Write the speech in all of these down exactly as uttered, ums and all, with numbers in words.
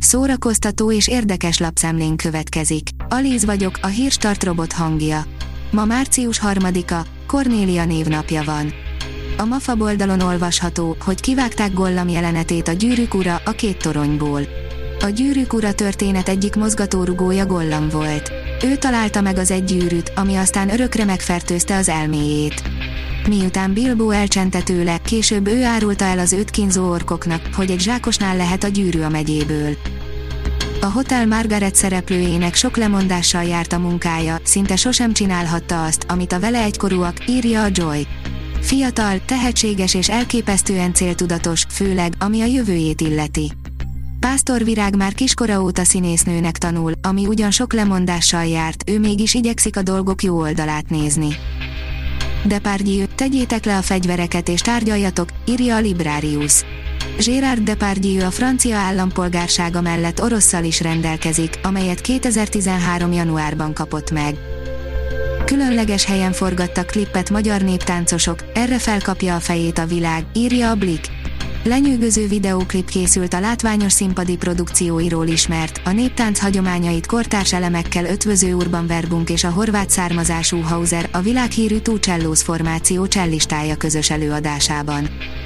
szórakoztató és érdekes lapszemlén következik. Alíz vagyok, a Hírstart robot hangja. Ma március harmadika, Kornélia névnapja van. A MAFA oldalon olvasható, hogy kivágták Gollam jelenetét a Gyűrűk ura, a két toronyból. A Gyűrűk ura történet egyik mozgatórugója Gollam volt. Ő találta meg az egy gyűrűt, ami aztán örökre megfertőzte az elméjét. Miután Bilbo elcsente tőle, később ő árulta el az őt kínzó orkoknak, hogy egy zsákosnál lehet a gyűrű a megyéből. A Hotel Margaret szereplőjének sok lemondással járt a munkája, szinte sosem csinálhatta azt, amit a vele egykorúak, írja a Joy. Fiatal, tehetséges és elképesztően céltudatos, főleg, ami a jövőjét illeti. Pásztor Virág már kiskora óta színésznőnek tanul, ami ugyan sok lemondással járt, ő mégis igyekszik a dolgok jó oldalát nézni. Depardieu, tegyétek le a fegyvereket és tárgyaljatok, írja a Librarius. Gérard Depardieu a francia állampolgársága mellett orosszal is rendelkezik, amelyet kétezer-tizenhárom januárban kapott meg. Különleges helyen forgattak klippet magyar néptáncosok, erre felkapja a fejét a világ, írja a Blick. Lenyűgöző videóklip készült a látványos színpadi produkcióiról ismert, a néptánc hagyományait kortárs elemekkel ötvöző Urban Verbunk és a horvát származású Hauser, a világhírű Two Cellos formáció cellistája közös előadásában.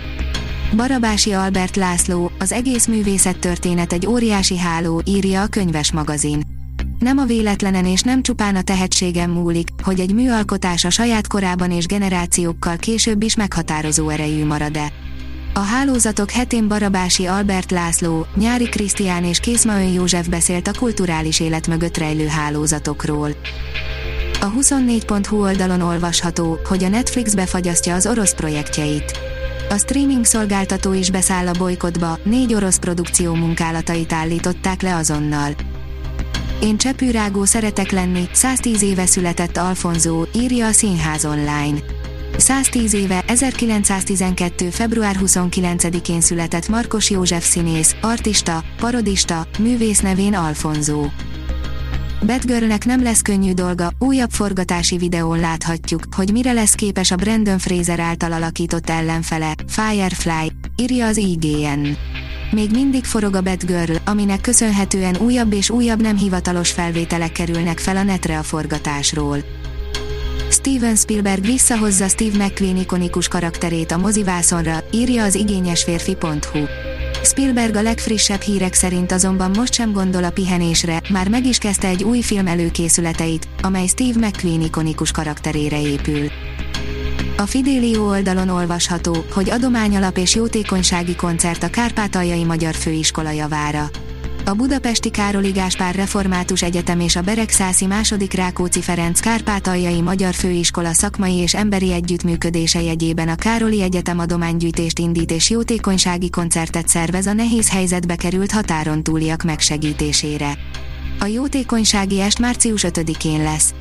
Barabási Albert László, az egész művészettörténet egy óriási háló, írja a Könyves magazin. Nem a véletlenen és nem csupán a tehetségen múlik, hogy egy műalkotás a saját korában és generációkkal később is meghatározó erejű marad-e. A hálózatok hetén Barabási Albert László, Nyári Krisztián és Készmaön József beszélt a kulturális élet mögött rejlő hálózatokról. A huszonnégy pont hu oldalon olvasható, hogy a Netflix befagyasztja az orosz projektjeit. A streaming szolgáltató is beszáll a bojkottba, négy orosz produkció munkálatait állították le azonnal. Én csepűrágó szeretek lenni, száztíz éve született Alfonso, írja a Színház online. száztíz éve, ezerkilencszáztizenkettő február huszonkilencedikén született Markos József színész, artista, parodista, művész nevén Alfonso. Batgirlnek nem lesz könnyű dolga, újabb forgatási videón láthatjuk, hogy mire lesz képes a Brandon Fraser által alakított ellenfele, Firefly, írja az I G N. Még mindig forog a Batgirl, aminek köszönhetően újabb és újabb nem hivatalos felvételek kerülnek fel a netre a forgatásról. Steven Spielberg visszahozza Steve McQueen ikonikus karakterét a mozivászonra, írja az igényesférfi pont hu. Spielberg a legfrissebb hírek szerint azonban most sem gondol a pihenésre, már meg is kezdte egy új film előkészületeit, amely Steve McQueen ikonikus karakterére épül. A Fidelio oldalon olvasható, hogy adományalap és jótékonysági koncert a Kárpátaljai Magyar Főiskola javára. A Budapesti Károli Gáspár Református Egyetem és a Beregszászi második Rákóczi Ferenc Kárpátaljai Magyar Főiskola szakmai és emberi együttműködése jegyében a Károli Egyetem adománygyűjtést indít és jótékonysági koncertet szervez a nehéz helyzetbe került határon túliak megsegítésére. A jótékonysági est március ötödikén lesz.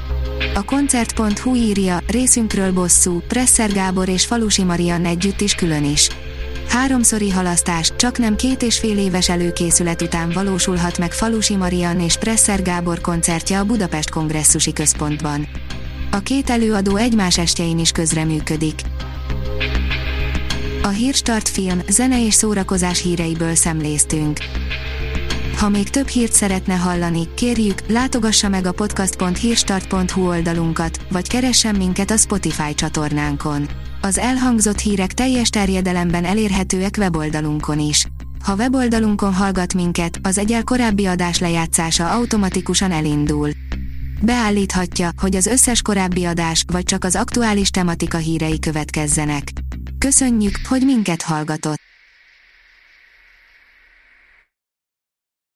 A koncert pont hu írja, részünkről bosszú, Presser Gábor és Falusi Mariann együtt is külön is. Háromszori halasztás, csak nem két és fél éves előkészület után valósulhat meg Falusi Mariann és Presser Gábor koncertje a Budapest Kongresszusi Központban. A két előadó egymás estjein is közreműködik. A Hírstart film, zene és szórakozás híreiből szemléztünk. Ha még több hírt szeretne hallani, kérjük, látogassa meg a podcast pont hírstart pont hu oldalunkat, vagy keressen minket a Spotify csatornánkon. Az elhangzott hírek teljes terjedelemben elérhetőek weboldalunkon is. Ha weboldalunkon hallgat minket, az egyel korábbi adás lejátszása automatikusan elindul. Beállíthatja, hogy az összes korábbi adás, vagy csak az aktuális tematika hírei következzenek. Köszönjük, hogy minket hallgatott!